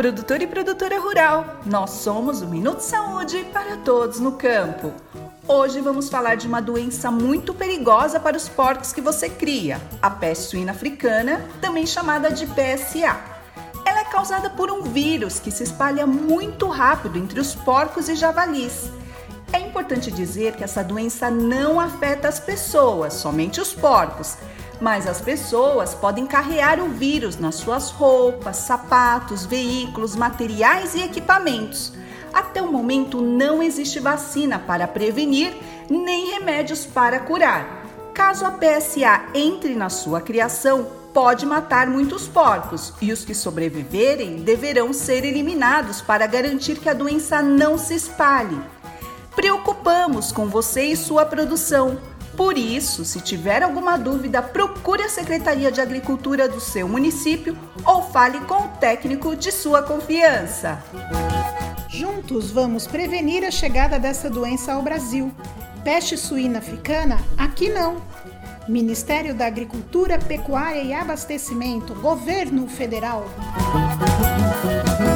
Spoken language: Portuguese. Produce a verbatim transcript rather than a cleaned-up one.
produtor e produtora rural! Nós somos o Minuto Saúde para todos no campo. Hoje vamos falar de uma doença muito perigosa para os porcos que você cria, a peste suína africana, também chamada de P S A. Ela é causada por um vírus que se espalha muito rápido entre os porcos e javalis. É importante dizer que essa doença não afeta as pessoas, somente os porcos. Mas as pessoas podem carregar o vírus nas suas roupas, sapatos, veículos, materiais e equipamentos. Até o momento não existe vacina para prevenir, nem remédios para curar. Caso a P S A entre na sua criação, pode matar muitos porcos e os que sobreviverem deverão ser eliminados para garantir que a doença não se espalhe. Preocupamos com você e sua produção. Por isso, se tiver alguma dúvida, procure a Secretaria de Agricultura do seu município ou fale com o técnico de sua confiança. Juntos vamos prevenir a chegada dessa doença ao Brasil. Peste suína africana, aqui não. Ministério da Agricultura, Pecuária e Abastecimento, Governo Federal.